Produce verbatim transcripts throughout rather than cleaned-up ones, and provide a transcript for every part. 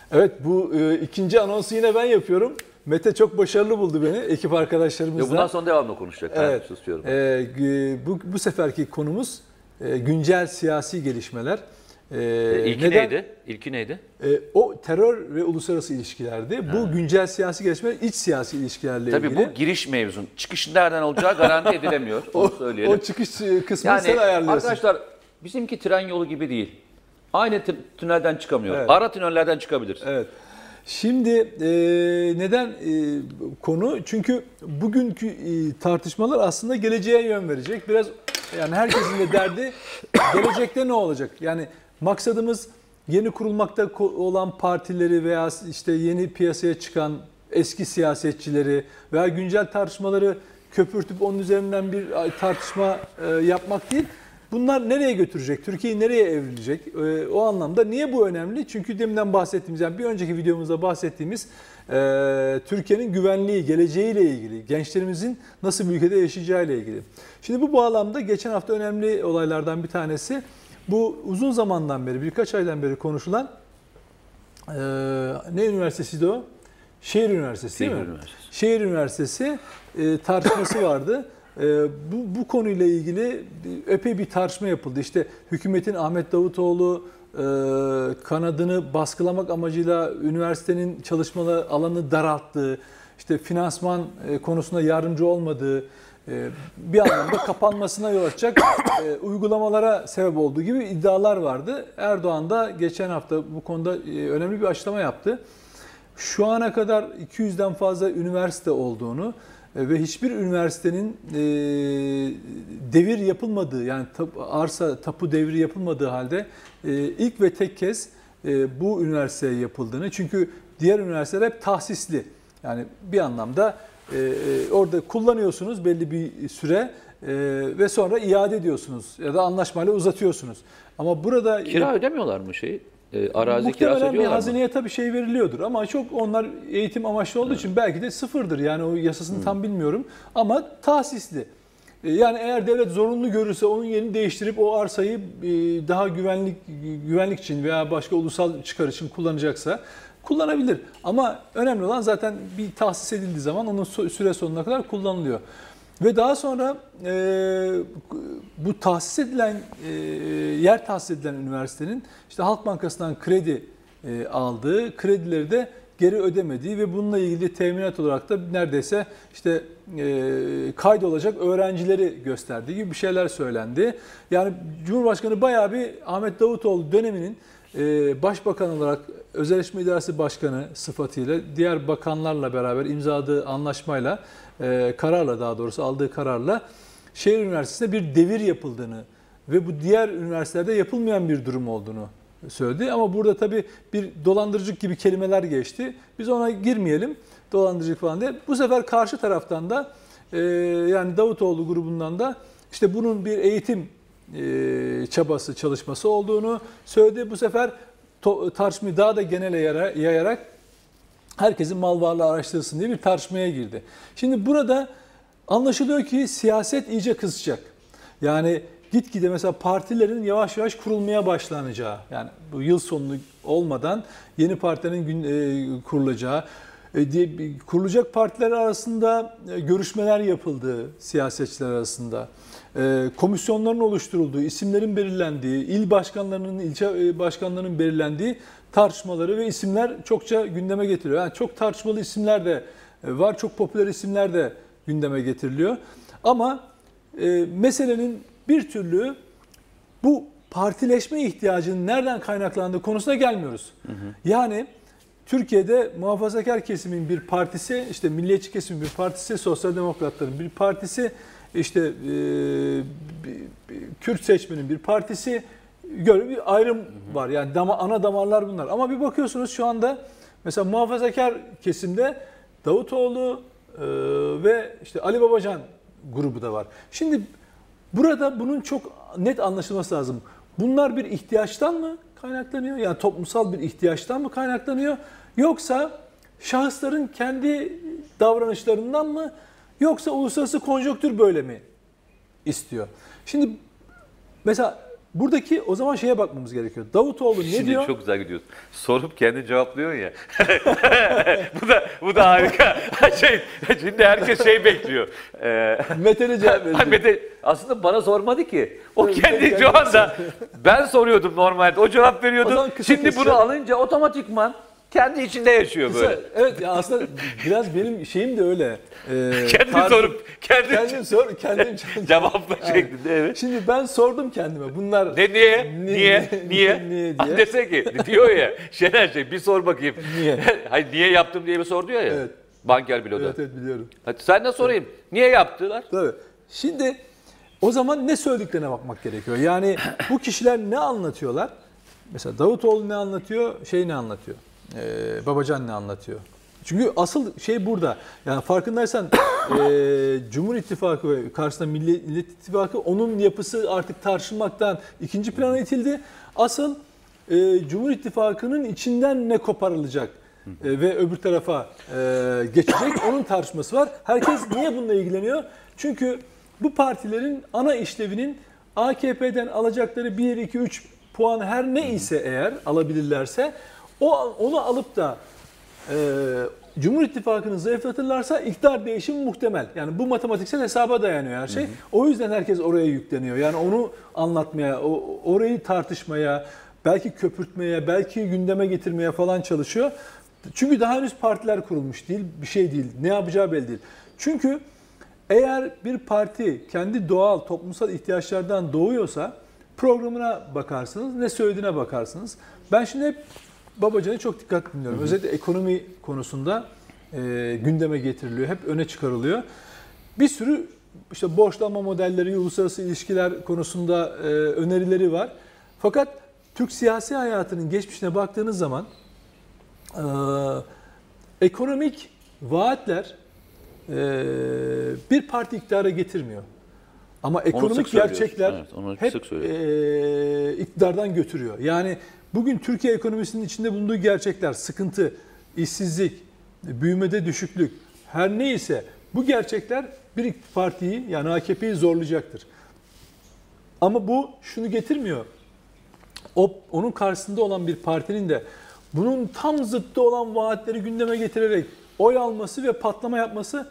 Evet, bu e, ikinci anonsu yine ben yapıyorum. Mete çok başarılı buldu beni, ekip arkadaşlarımızla. Ya bundan sonra devamlı konuşacak. Evet. Ben susuyorum. E, bu, bu seferki konumuz e, güncel siyasi gelişmeler. E, İlki neden? neydi? İlki neydi? E, o terör ve uluslararası ilişkilerdi. Ha. Bu güncel siyasi gelişmeler iç siyasi ilişkilerle Tabii ilgili. Tabii bu giriş mevzun. Çıkışın nereden olacağı garanti edilemiyor. Onu o, söyleyelim. O çıkış kısmını yani, sen ayarlıyorsun. Arkadaşlar bizimki tren yolu gibi değil. Aynı tünelden çıkamıyor. Evet. Ara tünellerden çıkabilir. Evet. Şimdi e, neden e, konu? Çünkü bugünkü e, tartışmalar aslında geleceğe yön verecek. Biraz yani herkesin de derdi gelecekte ne olacak? Yani maksadımız yeni kurulmakta olan partileri veya işte yeni piyasaya çıkan eski siyasetçileri veya güncel tartışmaları köpürtüp onun üzerinden bir tartışma e, yapmak değil. Bunlar nereye götürecek? Türkiye'yi nereye evrilecek? Ee, o anlamda niye bu önemli? Çünkü deminden bahsettiğimiz, yani bir önceki videomuzda bahsettiğimiz e, Türkiye'nin güvenliği, geleceğiyle ilgili, gençlerimizin nasıl bir ülkede yaşayacağıyla ilgili. Şimdi bu bağlamda geçen hafta önemli olaylardan bir tanesi, bu uzun zamandan beri, birkaç aydan beri konuşulan e, ne üniversitesiydi o? Şehir Üniversitesi değil Şehir mi? Üniversitesi. Şehir Üniversitesi e, tartışması vardı. Bu, bu konuyla ilgili epey bir tartışma yapıldı. İşte hükümetin Ahmet Davutoğlu e, kanadını baskılamak amacıyla üniversitenin çalışma alanını daralttığı, işte finansman e, konusunda yardımcı olmadığı, e, bir anlamda kapanmasına yol açacak e, uygulamalara sebep olduğu gibi iddialar vardı. Erdoğan da geçen hafta bu konuda e, önemli bir açıklama yaptı. Şu ana kadar iki yüzden fazla üniversite olduğunu ve hiçbir üniversitenin e, devir yapılmadığı, yani tap, arsa tapu devri yapılmadığı halde e, ilk ve tek kez e, bu üniversiteye yapıldığını, çünkü diğer üniversiteler hep tahsisli, yani bir anlamda e, orada kullanıyorsunuz belli bir süre e, ve sonra iade ediyorsunuz ya da anlaşmayla uzatıyorsunuz. Ama burada kira ödemiyorlar mı şeyi? E, arazi kirası muhtemelen bir ödüyorlar hazineye mı? tabii şey veriliyordur ama çok onlar eğitim amaçlı olduğu için belki de sıfırdır, yani o yasasını hmm. tam bilmiyorum ama tahsisli. Yani eğer devlet zorunlu görürse onun yerini değiştirip o arsayı daha güvenlik güvenlik için veya başka ulusal çıkar için kullanacaksa kullanabilir. Ama önemli olan zaten bir tahsis edildiği zaman onun süre sonuna kadar kullanılıyor. Ve daha sonra e, bu tahsis edilen e, yer tahsis edilen üniversitenin işte Halk Bankası'ndan kredi e, aldığı, kredileri de geri ödemediği ve bununla ilgili teminat olarak da neredeyse işte e, kaydolacak öğrencileri gösterdiği gibi bir şeyler söylendi. Yani Cumhurbaşkanı bayağı bir Ahmet Davutoğlu döneminin e, başbakan olarak Özelleşme İdaresi Başkanı sıfatıyla diğer bakanlarla beraber imzaladığı anlaşmayla, e, kararla daha doğrusu aldığı kararla Şehir Üniversitesi'nde bir devir yapıldığını ve bu diğer üniversitelerde yapılmayan bir durum olduğunu söyledi. Ama burada tabii bir dolandırıcılık gibi kelimeler geçti. Biz ona girmeyelim, dolandırıcılık falan diye. Bu sefer karşı taraftan da e, yani Davutoğlu grubundan da işte bunun bir eğitim e, çabası, çalışması olduğunu söyledi. Bu sefer tartışmayı daha da genele yayarak herkesin mal varlığı araştırılsın diye bir tartışmaya girdi. Şimdi burada anlaşılıyor ki siyaset iyice kızacak. Yani gitgide mesela partilerin yavaş yavaş kurulmaya başlanacağı, yani bu yıl sonu olmadan yeni partilerin gün, e, kurulacağı, e, diye, kurulacak partiler arasında e, görüşmeler yapıldığı, siyasetçiler arasında e, komisyonların oluşturulduğu, isimlerin belirlendiği, il başkanlarının, ilçe başkanlarının belirlendiği tartışmaları ve isimler çokça gündeme getiriliyor. Yani çok tartışmalı isimler de var, çok popüler isimler de gündeme getiriliyor. Ama e, meselenin bir türlü bu partileşme ihtiyacının nereden kaynaklandığı konusuna gelmiyoruz. Hı hı. Yani Türkiye'de muhafazakar kesimin bir partisi, işte milliyetçi kesimin bir partisi, sosyal demokratların bir partisi, işte e, Kürt seçmenin bir partisi, böyle bir ayrım hı hı. var. Yani dama, ana damarlar bunlar. Ama bir bakıyorsunuz şu anda mesela muhafazakar kesimde Davutoğlu e, ve işte Ali Babacan grubu da var. Şimdi burada bunun çok net anlaşılması lazım. Bunlar bir ihtiyaçtan mı kaynaklanıyor? Yani toplumsal bir ihtiyaçtan mı kaynaklanıyor? Yoksa şahısların kendi davranışlarından mı? Yoksa uluslararası konjonktür böyle mi istiyor? Şimdi mesela buradaki o zaman şeye bakmamız gerekiyor. Davutoğlu ne Şimdi diyor? çok güzel gidiyorsun. Sorup kendi cevaplıyorsun ya. bu da bu da harika. Şey, şimdi herkes şey bekliyor. Ee, Meteli cevap verecek. Mete, aslında bana sormadı ki. O Evet, kendi kendi şu anda ben soruyordum normalde. O cevap veriyordu. O zaman kısa Şimdi bunu keseceğim. alınca otomatikman kendi içinde yaşıyor böyle. Kısa- Evet ya aslında biraz benim şeyim de öyle. Ee, Kendi tarzım- sorup kendi kendim sor, kendim cevapla Evet. şeklinde evet. Şimdi ben sordum kendime. Bunlar Ne niye? Ni- niye? ni- Niye? niye Ah, diye. dese ki diyor ya Şener şey bir sor bakayım. Niye? Hayır niye yaptım diye bir sor diyor ya. Evet. Banker Bilo'da. Evet, evet biliyorum. Hadi sen de sorayım. Niye yaptılar? Tabii. Şimdi o zaman ne söylediklerine bakmak gerekiyor. Yani bu kişiler ne anlatıyorlar? Mesela Davutoğlu ne anlatıyor? Şey ne anlatıyor? Ee, Babacan ne anlatıyor? Çünkü asıl şey burada. Yani farkındaysan e, Cumhur İttifakı ve karşısında Millet, Millet İttifakı onun yapısı artık tartışılmaktan ikinci plana itildi. Asıl e, Cumhur İttifakı'nın içinden ne koparılacak e, ve öbür tarafa e, geçecek onun tartışması var. Herkes niye bununla ilgileniyor? Çünkü bu partilerin ana işlevinin A K P'den alacakları bir, iki, üç puan her ne ise eğer alabilirlerse o onu alıp da e, Cumhur İttifakı'nı zayıflatırlarsa iktidar değişimi muhtemel. Yani bu matematiksel hesaba dayanıyor her şey. Hı hı. O yüzden herkes oraya yükleniyor. Yani onu anlatmaya, o, orayı tartışmaya, belki köpürtmeye, belki gündeme getirmeye falan çalışıyor. Çünkü daha henüz partiler kurulmuş değil, bir şey değil. Ne yapacağı belli değil. Çünkü eğer bir parti kendi doğal toplumsal ihtiyaçlardan doğuyorsa programına bakarsınız, ne söylediğine bakarsınız. Ben şimdi hep Babacan'ı çok dikkatli dinliyorum. Hı hı. Özellikle ekonomi konusunda e, gündeme getiriliyor, hep öne çıkarılıyor. Bir sürü işte borçlanma modelleri, uluslararası ilişkiler konusunda e, önerileri var. Fakat Türk siyasi hayatının geçmişine baktığınız zaman e, ekonomik vaatler e, bir parti iktidara getirmiyor. Ama ekonomik gerçekler evet, onu hep e, iktidardan götürüyor. Yani bugün Türkiye ekonomisinin içinde bulunduğu gerçekler, sıkıntı, işsizlik, büyümede düşüklük, her neyse bu gerçekler bir partiyi yani A K P'yi zorlayacaktır. Ama bu şunu getirmiyor. O onun karşısında olan bir partinin de bunun tam zıttı olan vaatleri gündeme getirerek oy alması ve patlama yapması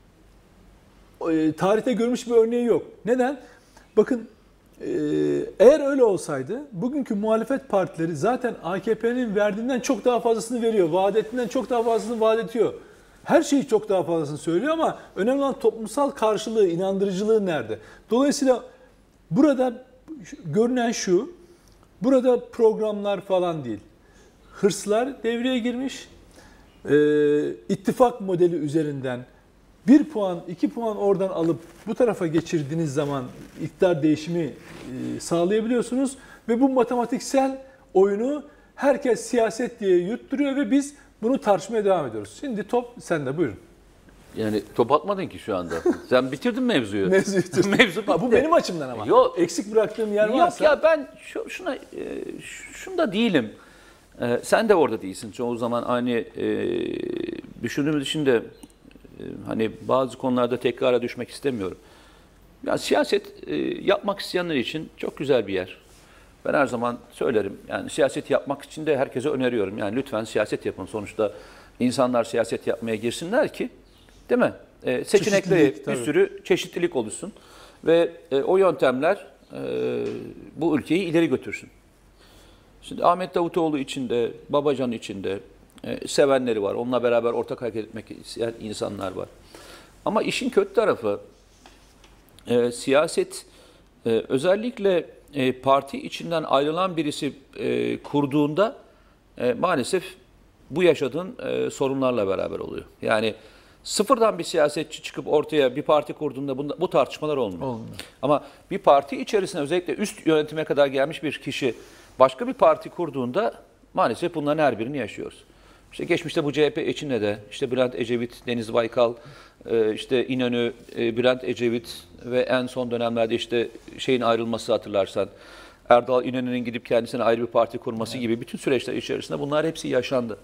e, tarihte görmüş bir örneği yok. Neden? Bakın e, eğer öyle olsaydı bugünkü muhalefet partileri zaten A K P'nin verdiğinden çok daha fazlasını veriyor. Vaat ettiğinden çok daha fazlasını vaat ediyor. Her şeyi çok daha fazlasını söylüyor ama önemli olan toplumsal karşılığı, inandırıcılığı nerede? Dolayısıyla burada görünen şu, burada programlar falan değil. Hırslar devreye girmiş. E, ittifak modeli üzerinden bir puan, iki puan oradan alıp bu tarafa geçirdiğiniz zaman iktidar değişimi e, sağlayabiliyorsunuz. Ve bu matematiksel oyunu herkes siyaset diye yutturuyor ve biz bunu tartışmaya devam ediyoruz. Şimdi top sende, buyurun. Yani top atmadın ki şu anda. Sen bitirdin mevzuyu. Mevzuyu bitirdim. Mevzu bitti. Ha, bu benim açımdan ama. Yok. Eksik bıraktığım yer Yok varsa. ya ben şu, şuna e, şunda değilim. E, sen de orada değilsin. Çoğu zaman aynı e, düşündüğümüz için de e, hani bazı konularda tekrara düşmek istemiyorum. Ya siyaset e, yapmak isteyenler için çok güzel bir yer. Ben her zaman söylerim. Yani siyaset yapmak için de herkese öneriyorum. Yani lütfen siyaset yapın. Sonuçta insanlar siyaset yapmaya girsinler ki, değil mi? E, seçenekleri bir sürü çeşitlilik oluşsun ve e, o yöntemler e, bu ülkeyi ileri götürsün. Şimdi Ahmet Davutoğlu içinde, Babacan içinde e, sevenleri var. Onunla beraber ortak hareket etmek isteyen insanlar var. Ama işin kötü tarafı e, siyaset e, özellikle e, parti içinden ayrılan birisi e, kurduğunda e, maalesef bu yaşadığın e, sorunlarla beraber oluyor. Yani sıfırdan bir siyasetçi çıkıp ortaya bir parti kurduğunda bunda, bu tartışmalar olmuyor. olmuyor. Ama bir parti içerisinde özellikle üst yönetime kadar gelmiş bir kişi başka bir parti kurduğunda maalesef bunların her birini yaşıyoruz. İşte geçmişte bu C H P içinde de işte Bülent Ecevit, Deniz Baykal, işte İnönü, Bülent Ecevit ve en son dönemlerde işte şeyin ayrılması hatırlarsan Erdal İnönü'nün gidip kendisine ayrı bir parti kurması evet. gibi bütün süreçler içerisinde bunlar hepsi yaşandı.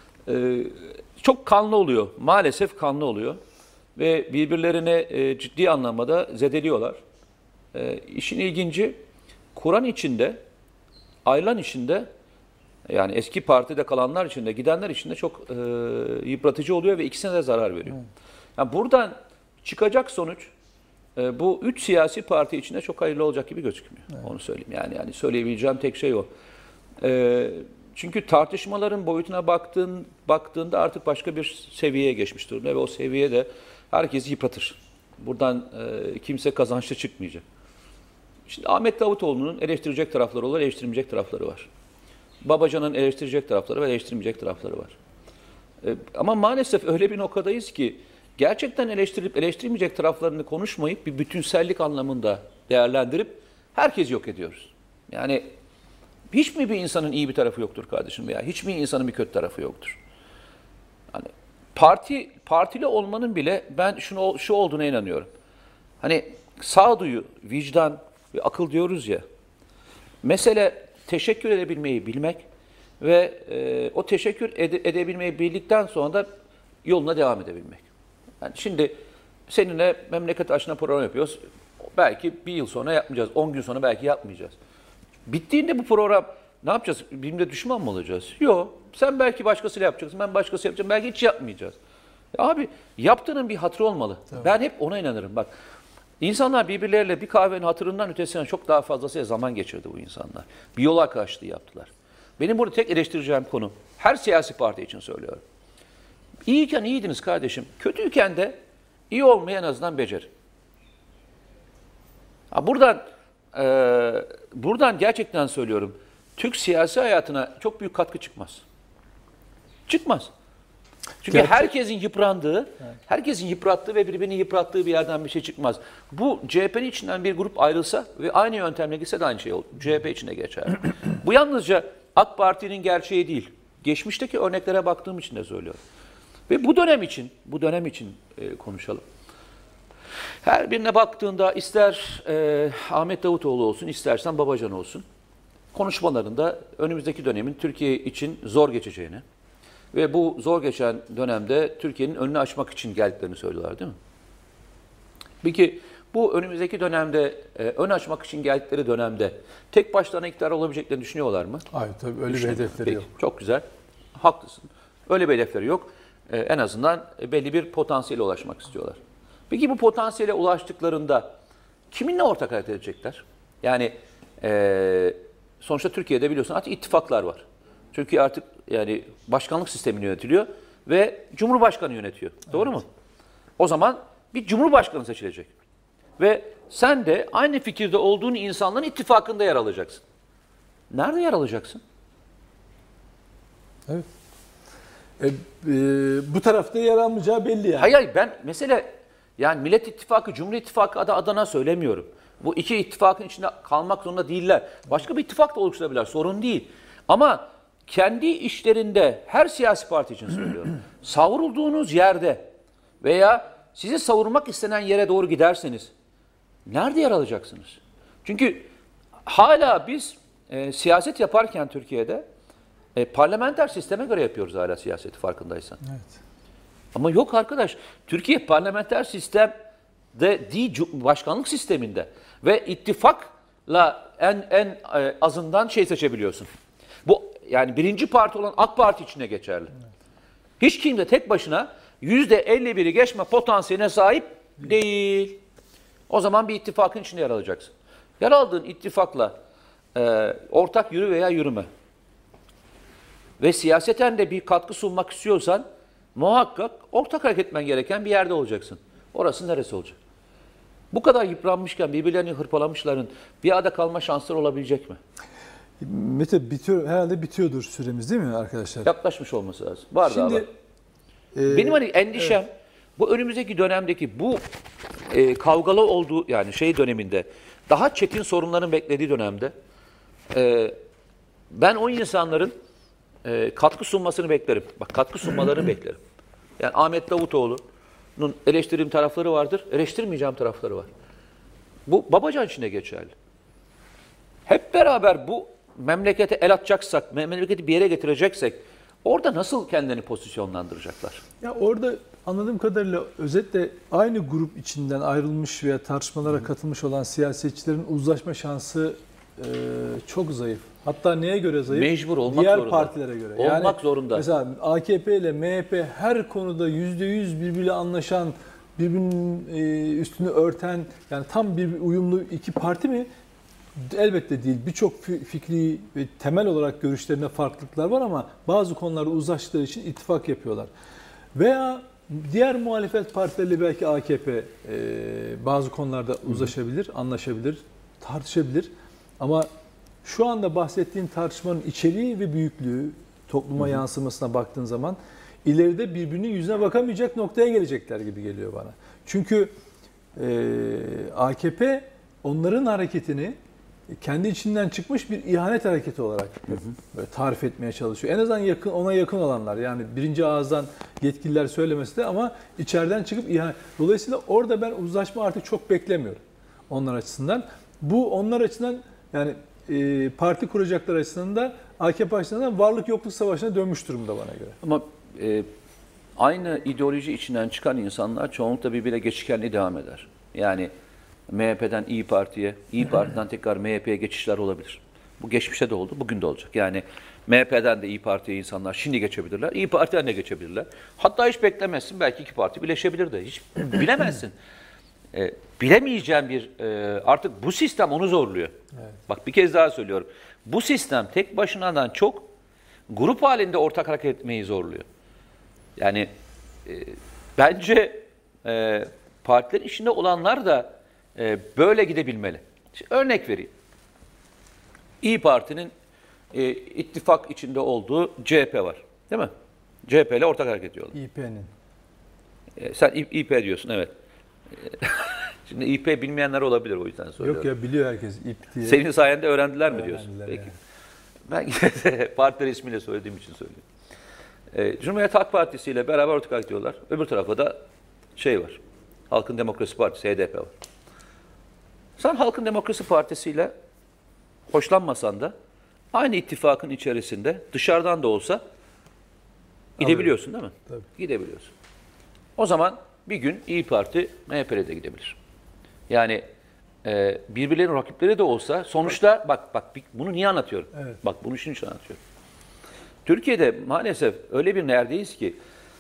Çok kanlı oluyor. Maalesef kanlı oluyor. Ve birbirlerine ciddi anlamda zedeliyorlar. İşin ilginci kuran içinde, ayrılan içinde, yani eski partide kalanlar için de gidenler için de çok e, yıpratıcı oluyor ve ikisine de zarar veriyor. Evet. Yani buradan çıkacak sonuç e, bu üç siyasi parti içinde çok hayırlı olacak gibi gözükmüyor. Evet. Onu söyleyeyim. Yani yani söyleyebileceğim tek şey o. E, çünkü tartışmaların boyutuna baktığın, baktığında artık başka bir seviyeye geçmiş durumda ve o seviye de herkesi yıpratır. Buradan e, kimse kazançlı çıkmayacak. Şimdi Ahmet Davutoğlu'nun eleştirecek tarafları olur, eleştirmeyecek tarafları var. Babacan'ın eleştirecek tarafları ve eleştirmeyecek tarafları var. Ee, ama maalesef öyle bir noktadayız ki gerçekten eleştirilip eleştirmeyecek taraflarını konuşmayıp bir bütünsellik anlamında değerlendirip herkes yok ediyoruz. Yani hiç mi bir insanın iyi bir tarafı yoktur kardeşim veya hiç mi insanın bir kötü tarafı yoktur? Yani parti partili olmanın bile ben şunu şu olduğuna inanıyorum. Hani sağduyu, vicdan ve akıl diyoruz ya. Mesele teşekkür edebilmeyi bilmek ve e, o teşekkür ede, edebilmeyi bildikten sonra da yoluna devam edebilmek. Yani şimdi seninle memleket aşına program yapıyoruz. Belki bir yıl sonra yapmayacağız, on gün sonra belki yapmayacağız. Bittiğinde bu program ne yapacağız? Birbirine düşman mı olacağız? Yok. Sen belki başkasıyla yapacaksın, ben başkası yapacağım. Belki hiç yapmayacağız. Ya abi yaptığının bir hatırı olmalı. Tamam. Ben hep ona inanırım. Bak. İnsanlar birbirleriyle bir kahvenin hatırından ötesine çok daha fazlasıyla zaman geçirdi bu insanlar. Bir yol arkadaşlığı yaptılar. Benim burada tek eleştireceğim konu, her siyasi parti için söylüyorum. İyiyken iyiydiniz kardeşim, kötüyken de iyi olmayı en azından becerin. Ha buradan, e, buradan gerçekten söylüyorum, Türk siyasi hayatına çok büyük katkı çıkmaz. Çıkmaz. Çünkü Gerçek. herkesin yıprandığı, evet. herkesin yıprattığı ve birbirini yıprattığı bir yerden bir şey çıkmaz. Bu C H P'nin içinden bir grup ayrılsa ve aynı yöntemle gitse de aynı şey olur. C H P içinde geçer. Bu yalnızca AK Parti'nin gerçeği değil. Geçmişteki örneklere baktığım için de söylüyorum. Ve bu dönem için, bu dönem için e, konuşalım. Her birine baktığında ister e, Ahmet Davutoğlu olsun, istersen Babacan olsun, konuşmalarında önümüzdeki dönemin Türkiye için zor geçeceğini ve bu zor geçen dönemde Türkiye'nin önünü açmak için geldiklerini söylüyorlar değil mi? Peki bu önümüzdeki dönemde, e, ön açmak için geldikleri dönemde tek başlarına iktidar olabileceklerini düşünüyorlar mı? Hayır tabii öyle bir hedefleri Peki, yok. Çok güzel, haklısın. Öyle bir hedefleri yok. E, en azından belli bir potansiyele ulaşmak istiyorlar. Peki bu potansiyele ulaştıklarında kiminle ortak hareket edecekler? Yani e, sonuçta Türkiye'de biliyorsun artık ittifaklar var. Türkiye artık yani başkanlık sistemini yönetiliyor ve Cumhurbaşkanı yönetiyor. Doğru evet. mu? O zaman bir Cumhurbaşkanı seçilecek. Ve sen de aynı fikirde olduğun insanların ittifakında yer alacaksın. Nerede yer alacaksın? Evet. E, e, bu tarafta yer almayacağı belli yani. Hayır hayır ben mesela yani Millet İttifakı, Cumhur İttifakı adı adına söylemiyorum. Bu iki ittifakın içinde kalmak zorunda değiller. Başka bir ittifak da oluşturabilirler. Sorun değil. Ama kendi işlerinde her siyasi parti için söylüyorum. Savrulduğunuz yerde veya sizi savurmak istenen yere doğru giderseniz nerede yer alacaksınız? Çünkü hala biz e, siyaset yaparken Türkiye'de e, parlamenter sisteme göre yapıyoruz hala siyaseti farkındaysan. Evet. Ama yok arkadaş. Türkiye parlamenter sistemde değil, başkanlık sisteminde ve ittifakla en en e, azından şey seçebiliyorsun. Bu yani birinci parti olan AK Parti için de geçerli. Evet. Hiç kimse tek başına yüzde elli biri geçme potansiyeline sahip değil. O zaman bir ittifakın içinde yer alacaksın. Yer aldığın ittifakla e, ortak yürü veya yürüme. Ve siyaseten de bir katkı sunmak istiyorsan muhakkak ortak hareket etmen gereken bir yerde olacaksın. Orası neresi olacak? Bu kadar yıpranmışken birbirlerini hırpalamışların bir arada kalma şansları olabilecek mi? Mete bitiyor, herhalde bitiyordur süremiz değil mi arkadaşlar? Yaklaşmış olması lazım. Var Şimdi, daha var. E, Benim hani endişem evet. bu önümüzdeki dönemdeki bu e, kavgalı olduğu yani şey döneminde daha çetin sorunların beklediği dönemde e, ben o insanların e, katkı sunmasını beklerim. Bak katkı sunmalarını beklerim. Yani Ahmet Davutoğlu'nun eleştirdiğim tarafları vardır, eleştirmeyeceğim tarafları var. Bu Babacan için de geçerli. Hep beraber bu memlekete el atacaksak, memleketi bir yere getireceksek orada nasıl kendini pozisyonlandıracaklar? Ya orada anladığım kadarıyla özetle aynı grup içinden ayrılmış veya tartışmalara katılmış olan siyasetçilerin uzlaşma şansı e, çok zayıf. Hatta neye göre zayıf? Mecbur olmak Diğer zorunda. partilere göre. Olmak yani zorunda. Mesela A K P ile M H P her konuda yüzde yüz birbiriyle anlaşan, birbirinin e, üstünü örten, yani tam bir uyumlu iki parti mi? Elbette değil. Birçok fikri ve temel olarak görüşlerinde farklılıklar var ama bazı konularda uzlaştıkları için ittifak yapıyorlar. Veya diğer muhalefet partileriyle belki A K P e, bazı konularda uzlaşabilir, anlaşabilir, tartışabilir. Ama şu anda bahsettiğim tartışmanın içeriği ve büyüklüğü, topluma yansımasına baktığın zaman ileride birbirinin yüzüne bakamayacak noktaya gelecekler gibi geliyor bana. Çünkü e, A K P onların hareketini kendi içinden çıkmış bir ihanet hareketi olarak böyle tarif etmeye çalışıyor. En azından yakın, ona yakın olanlar, yani birinci ağızdan yetkililer söylemesi de ama içeriden çıkıp ihanet. Dolayısıyla orada ben uzlaşma artık çok beklemiyorum onlar açısından. Bu onlar açısından, yani e, parti kuracaklar açısından da A K P açısından varlık yokluk savaşına dönmüş durumda bana göre. Ama e, aynı ideoloji içinden çıkan insanlar çoğunlukla birbirine geçişkenliği devam eder. Yani M H P'den İyi Parti'ye, İyi Parti'den tekrar M H P'ye geçişler olabilir. Bu geçmişte de oldu, bugün de olacak. Yani M H P'den de İyi Parti'ye insanlar şimdi geçebilirler, İyi Parti'den de geçebilirler. Hatta hiç beklemezsin, belki iki parti birleşebilir de, hiç bilemezsin. E, bilemeyeceğim bir, e, artık bu sistem onu zorluyor. Evet. Bak bir kez daha söylüyorum. Bu sistem tek başınadan çok grup halinde ortak hareket etmeyi zorluyor. Yani e, bence e, partilerin içinde olanlar da e, böyle gidebilmeli. İşte örnek vereyim. İyi Parti'nin e, ittifak içinde olduğu C H P var. Değil mi? C H P ile ortak hareket ediyorlar. İ P'nin. E, sen İ, İ P diyorsun, evet. Şimdi İ P bilmeyenler olabilir, o yüzden soruyorum. Yok ya, biliyor herkes İ P diye. Senin sayende öğrendiler mi diyorsun? Öğrendiler Peki. Yani. Ben partiler ismiyle söylediğim için söylüyorum. E, Cumhuriyet Halk Partisi ile beraber ortak hareket ediyorlar. Öbür tarafa da şey var. Halkın Demokrasi Partisi, H D P var. Sen Halkın Demokrasi Partisi ile hoşlanmasan da aynı ittifakın içerisinde dışarıdan da olsa gidebiliyorsun değil mi? Tabii. Gidebiliyorsun. O zaman bir gün İyi Parti M H P'ye de gidebilir. Yani e, birbirlerinin rakipleri de olsa sonuçta bak bak bunu niye anlatıyorum? Evet. Bak bunu şunun için anlatıyorum. Türkiye'de maalesef öyle bir neredeyiz ki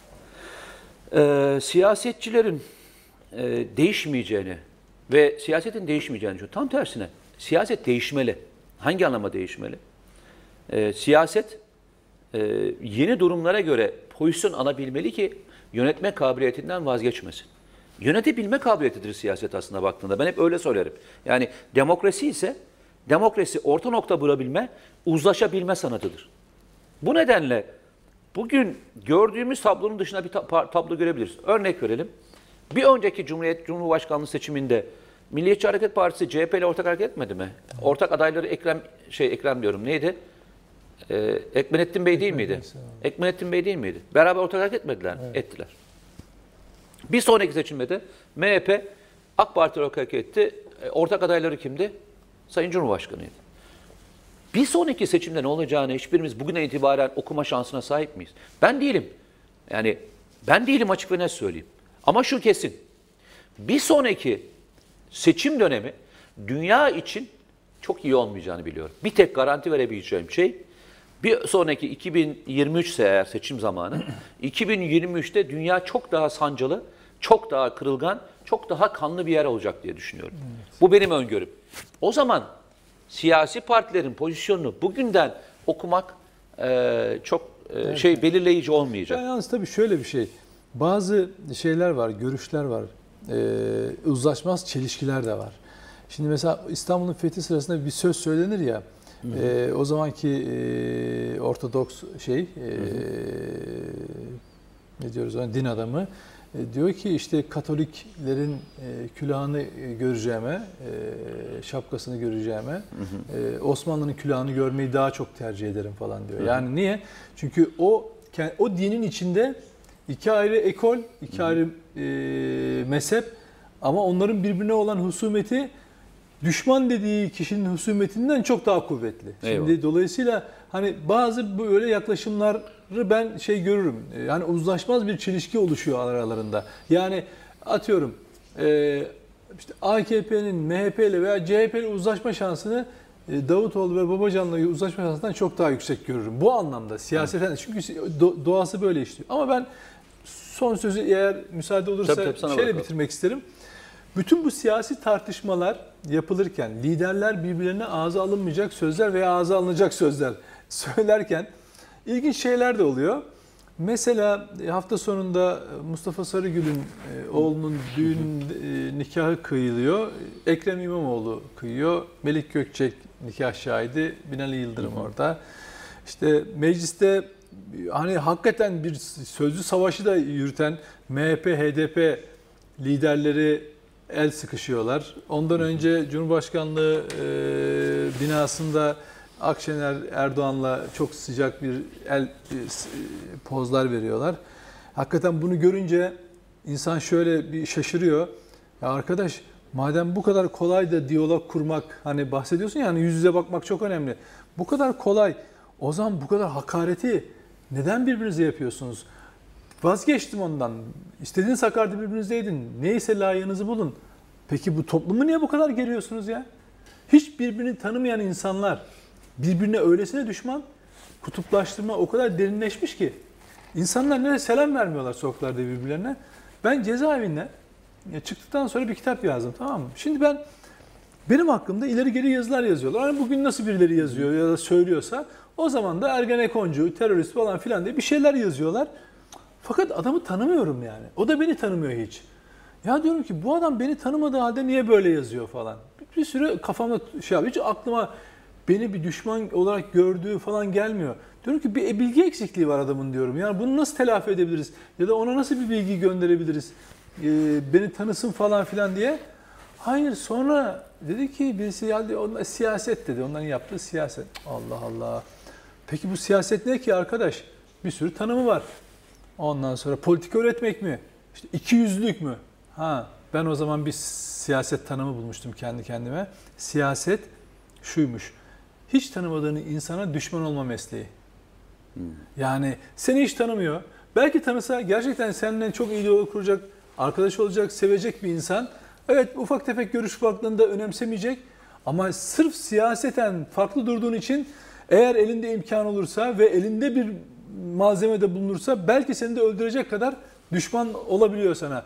e, siyasetçilerin e, değişmeyeceğini ve siyasetin değişmeyeceğini düşünüyorum. Tam tersine siyaset değişmeli. Hangi anlama değişmeli? E, siyaset e, yeni durumlara göre pozisyon alabilmeli ki yönetme kabiliyetinden vazgeçmesin. Yönetebilme kabiliyetidir siyaset aslında baktığında. Ben hep öyle söylerim. Yani demokrasi ise demokrasi orta nokta bulabilme, uzlaşabilme sanatıdır. Bu nedenle bugün gördüğümüz tablonun dışında bir tablo görebiliriz. Örnek verelim. Bir önceki Cumhuriyet Cumhurbaşkanlığı seçiminde Milliyetçi Hareket Partisi C H P ile ortak hareket etmedi mi? Ortak adayları Ekrem şey Ekrem diyorum neydi? Ee, Ekmenettin Bey değil miydi? Ekmenettin Bey değil miydi? Beraber ortak hareket etmediler mi? Evet. Ettiler. Bir sonraki seçimde de M H P AK Parti ortak hareket etti. Ortak adayları kimdi? Sayın Cumhurbaşkanıydı. Bir sonraki seçimde ne olacağını hiçbirimiz bugüne itibaren okuma şansına sahip miyiz? Ben değilim. Yani ben değilim, açık ve net söyleyeyim. Ama şu kesin. Bir sonraki seçim dönemi dünya için çok iyi olmayacağını biliyorum. Bir tek garanti verebileceğim şey, bir sonraki iki bin yirmi üç ise eğer seçim zamanı, iki bin yirmi üçte dünya çok daha sancılı, çok daha kırılgan, çok daha kanlı bir yer olacak diye düşünüyorum. Evet. Bu benim öngörüm. O zaman siyasi partilerin pozisyonunu bugünden okumak e, çok e, evet. şey belirleyici olmayacak. Yani yalnız tabii şöyle bir şey, bazı şeyler var, görüşler var, e, uzlaşmaz çelişkiler de var. Şimdi mesela İstanbul'un fethi sırasında bir söz söylenir ya, e, o zamanki e, Ortodoks şey, e, ne diyoruz ona, din adamı, e, diyor ki işte Katoliklerin e, külahını göreceğime, e, şapkasını göreceğime, hı hı. E, Osmanlı'nın külahını görmeyi daha çok tercih ederim falan diyor. Hı hı. Yani niye? Çünkü o o dinin içinde iki ayrı ekol, iki hı hı. ayrı e, mezhep, ama onların birbirine olan husumeti düşman dediği kişinin husumetinden çok daha kuvvetli. Eyvallah. Şimdi dolayısıyla hani bazı böyle yaklaşımları ben şey görürüm. Yani uzlaşmaz bir çelişki oluşuyor aralarında. Yani atıyorum işte A K P'nin M H P ile veya C H P ile uzlaşma şansını e, Davutoğlu ve Babacan'la uzlaşma şansından çok daha yüksek görürüm. Bu anlamda siyaseten çünkü do- doğası böyle işliyor. Ama ben son sözü eğer müsaade olursa Tabii, tabii, sana şeyle bırakalım. bitirmek isterim. Bütün bu siyasi tartışmalar yapılırken liderler birbirlerine ağza alınmayacak sözler veya ağza alınacak sözler söylerken ilginç şeyler de oluyor. Mesela hafta sonunda Mustafa Sarıgül'ün e, oğlunun düğün e, nikahı kıyılıyor. Ekrem İmamoğlu kıyıyor. Melik Gökçek nikah şahidi. Binali Yıldırım hı hı. orada. İşte mecliste hani hakikaten bir sözlü savaşı da yürüten M H P, H D P liderleri el sıkışıyorlar. Ondan önce Cumhurbaşkanlığı e, binasında Akşener Erdoğan'la çok sıcak bir el e, pozlar veriyorlar. Hakikaten bunu görünce insan şöyle bir şaşırıyor. Ya arkadaş madem bu kadar kolay da diyalog kurmak, hani bahsediyorsun ya hani yüz yüze bakmak çok önemli. Bu kadar kolay, o zaman bu kadar hakareti neden birbirinize yapıyorsunuz? Vazgeçtim ondan. İstediğiniz hakaret birbirinize edin. Neyse layığınızı bulun. Peki bu toplumu niye bu kadar geriyorsunuz ya? Hiç birbirini tanımayan insanlar birbirine öylesine düşman, kutuplaştırma o kadar derinleşmiş ki insanlar nereye selam vermiyorlar sokaklarda birbirlerine. Ben cezaevinde çıktıktan sonra bir kitap yazdım, tamam mı? Şimdi ben benim hakkımda ileri geri yazılar yazıyorlar. Hani bugün nasıl birileri yazıyor ya da söylüyorsa o zaman da Ergenekoncu, terörist falan filan diye bir şeyler yazıyorlar. Fakat adamı tanımıyorum yani. O da beni tanımıyor hiç. Ya diyorum ki bu adam beni tanımadığı halde niye böyle yazıyor falan. Bir, bir süre kafamda şey yapıyor. Hiç aklıma beni bir düşman olarak gördüğü falan gelmiyor. Diyorum ki bir bilgi eksikliği var adamın diyorum. Yani bunu nasıl telafi edebiliriz? Ya da ona nasıl bir bilgi gönderebiliriz? Ee, beni tanısın falan filan diye. Hayır, sonra dedi ki birisi geldi, onlar siyaset dedi. Onların yaptığı siyaset. Allah Allah. Peki bu siyaset ne ki arkadaş? Bir sürü tanımı var. Ondan sonra politika öğretmek mi? İşte ikiyüzlülük mü? Ha, ben o zaman bir siyaset tanımı bulmuştum kendi kendime. Siyaset şuymuş. Hiç tanımadığın insana düşman olma mesleği. Hmm. Yani seni hiç tanımıyor. Belki tanısa gerçekten seninle çok iyi diyalog kuracak, arkadaş olacak, sevecek bir insan. Evet, ufak tefek görüş farklılığını da önemsemeyecek. Ama sırf siyaseten farklı durduğun için eğer elinde imkan olursa ve elinde bir malzeme de bulunursa belki seni de öldürecek kadar düşman olabiliyor sana.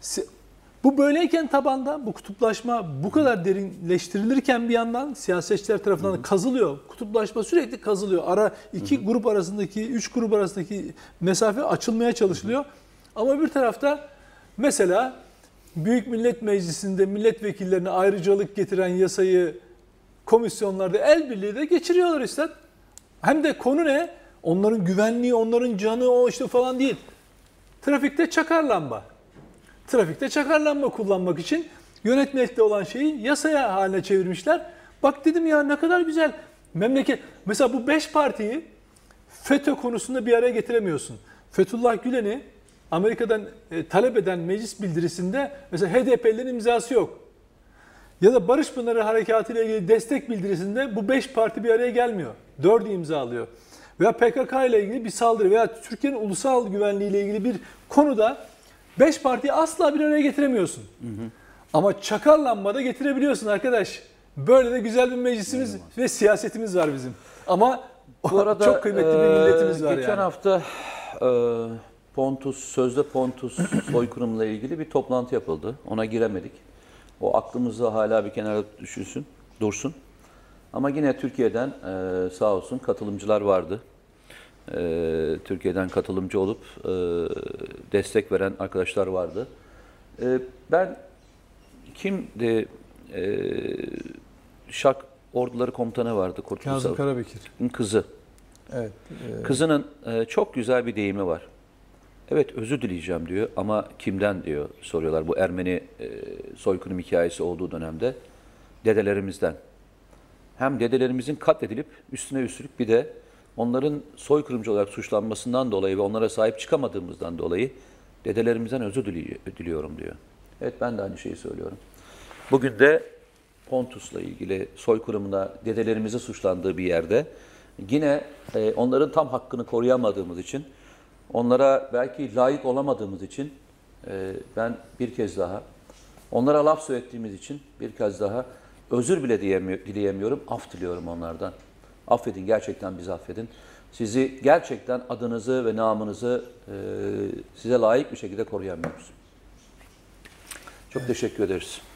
Bu böyleyken tabanda bu kutuplaşma bu kadar derinleştirilirken bir yandan siyasetçiler tarafından da kazılıyor. Kutuplaşma sürekli kazılıyor. Ara iki hı hı. grup arasındaki, üç grup arasındaki mesafe açılmaya çalışılıyor. Hı hı. Ama bir tarafta mesela Büyük Millet Meclisi'nde milletvekillerine ayrıcalık getiren yasayı komisyonlarda el birliği de geçiriyorlar işte. Hem de konu ne? Onların güvenliği, onların canı o işte falan değil. Trafikte çakar lamba. Trafikte çakar lamba kullanmak için yönetmelikte olan şeyi yasaya haline çevirmişler. Bak dedim ya ne kadar güzel. Memleket, mesela bu beş partiyi FETÖ konusunda bir araya getiremiyorsun. Fethullah Gülen'i Amerika'dan e, talep eden meclis bildirisinde mesela H D P'lilerin imzası yok. Ya da Barış Pınarı Harekatı ile ilgili destek bildirisinde bu beş parti bir araya gelmiyor. Dördü imzalıyor. Veya P K K ile ilgili bir saldırı veya Türkiye'nin ulusal güvenliği ile ilgili bir konuda beş partiyi asla bir araya getiremiyorsun. Hı hı. Ama çakar lambada getirebiliyorsun arkadaş. Böyle de güzel bir meclisimiz İnanılmaz. Ve siyasetimiz var bizim. Ama bu arada çok kıymetli bir milletimiz var. Geçen yani. hafta e, Pontus, sözde Pontus soykırımla ilgili bir toplantı yapıldı. Ona giremedik. O aklımızda hala bir kenara düşünsün, dursun. Ama yine Türkiye'den e, sağ olsun katılımcılar vardı. E, Türkiye'den katılımcı olup e, destek veren arkadaşlar vardı. E, ben kimdi? E, Şak Orduları Komutanı vardı. Kurtuluş Kazım Karabekir. Kızı. Evet. E... Kızının e, çok güzel bir deyimi var. Evet, özür dileyeceğim diyor ama kimden diyor soruyorlar. Bu Ermeni e, soykırım hikayesi olduğu dönemde dedelerimizden. Hem dedelerimizin katledilip üstüne üstlük bir de onların soykırımcı olarak suçlanmasından dolayı ve onlara sahip çıkamadığımızdan dolayı dedelerimizden özür diliyorum diyor. Evet, ben de aynı şeyi söylüyorum. Bugün de Pontus'la ilgili soykırımına dedelerimizin suçlandığı bir yerde yine e, onların tam hakkını koruyamadığımız için, onlara belki layık olamadığımız için e, ben bir kez daha, onlara laf söylettiğimiz için bir kez daha özür bile diyemi- dileyemiyorum, af diliyorum onlardan. Affedin, gerçekten bizi affedin. Sizi gerçekten adınızı ve namınızı e, size layık bir şekilde koruyamıyoruz. Çok evet. teşekkür ederiz.